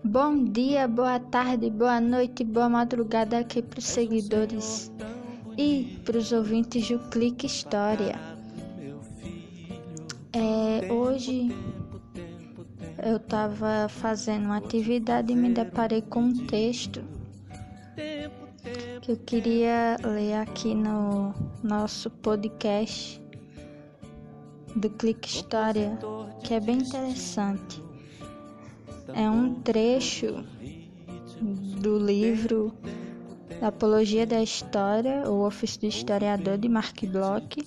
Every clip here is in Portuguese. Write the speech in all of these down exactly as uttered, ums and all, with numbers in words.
Bom dia, boa tarde, boa noite, boa madrugada aqui para os seguidores e para os ouvintes do Clique História. É, hoje eu estava fazendo uma atividade e me deparei com um texto que eu queria ler aqui no nosso podcast do Clique História, que é bem interessante. É um trecho do livro Apologia da História, o Ofício do Historiador, de Mark Bloch.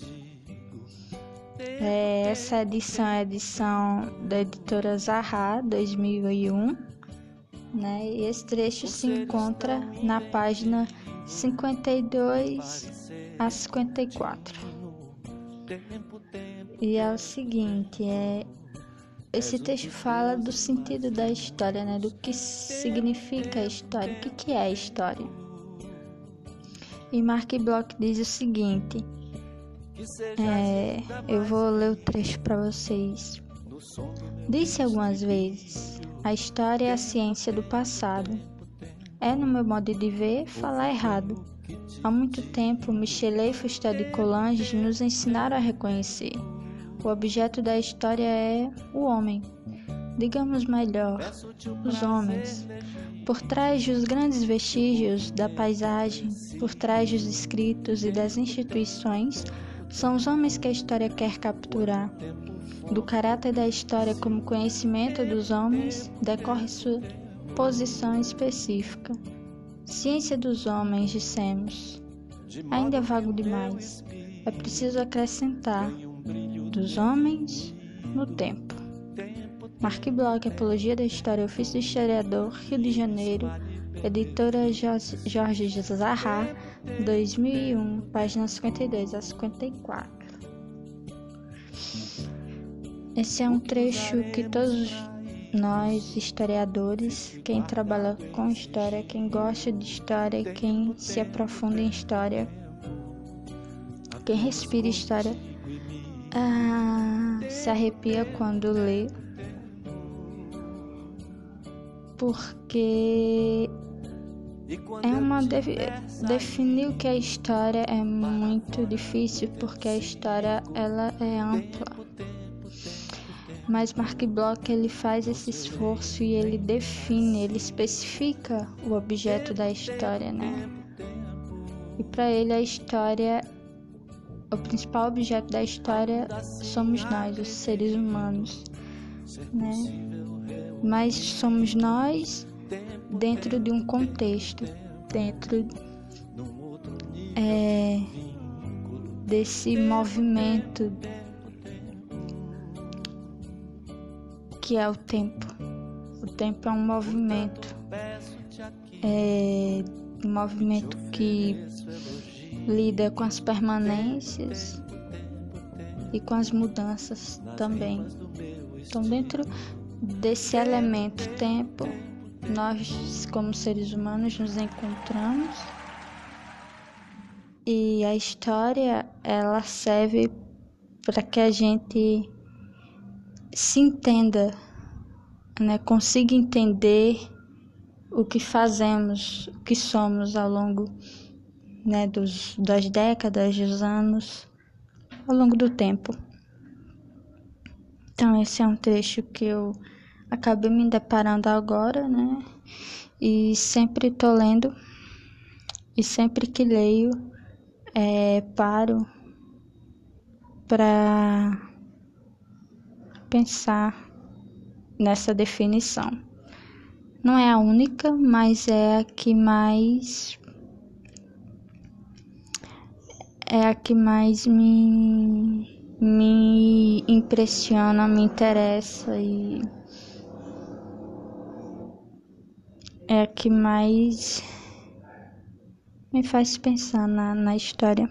É, essa edição é a edição da editora Zaha, dois mil e um, né? E esse trecho se encontra na página cinquenta e dois a cinquenta e quatro. E é o seguinte, é... Esse texto fala do sentido da história, né? Do que significa a história, o que, que é a história. E Mark Bloch diz o seguinte, é, eu vou ler o trecho para vocês. Disse algumas vezes, a história é a ciência do passado. É, no meu modo de ver, falar errado. Há muito tempo, Michelet, Fustel e Coulanges nos ensinaram a reconhecer. O objeto da história é o homem, digamos melhor, os homens. Por trás dos grandes vestígios da paisagem, por trás dos escritos e das instituições, são os homens que a história quer capturar. Do caráter da história como conhecimento dos homens, decorre sua posição específica. Ciência dos homens, dissemos. Ainda é vago demais. É preciso acrescentar dos homens no tempo. Mark Bloch, Apologia da História, Ofício do Historiador, Rio de Janeiro, editora Jorge Zaha, dois mil e um, páginas cinquenta e dois a cinquenta e quatro. Esse é um trecho que todos nós, historiadores, quem trabalha com história, quem gosta de história, quem se aprofunda em história, quem respira história, Ah, se arrepia quando lê, porque é uma defi- definir o que é história é muito difícil, porque a história ela é ampla. Mas Mark Bloch ele faz esse esforço e ele define, ele especifica o objeto da história, né? E para ele a história O principal objeto da história somos nós, os seres humanos, né? Mas somos nós dentro de um contexto, dentro é, desse movimento que é o tempo. O tempo é um movimento, é um movimento que lida com as permanências e com as mudanças também. Então, dentro desse elemento tempo, nós, como seres humanos, nos encontramos e a história, ela serve para que a gente se entenda, né? Consiga entender o que fazemos, o que somos ao longo Né, dos, das décadas, dos anos, ao longo do tempo. Então esse é um trecho que eu acabei me deparando agora, né? E sempre estou lendo, e sempre que leio, é, paro para pensar nessa definição. Não é a única, mas é a que mais é a que mais me, me impressiona, me interessa e é a que mais me faz pensar na, na história.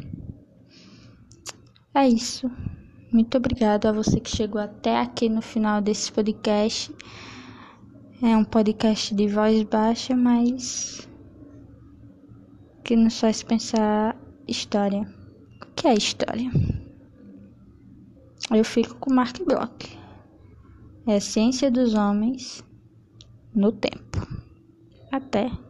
É isso. Muito obrigada a você que chegou até aqui no final desse podcast. É um podcast de voz baixa, mas que nos faz pensar história. O que é história? Eu fico com Mark Bloch. É a ciência dos homens no tempo. Até!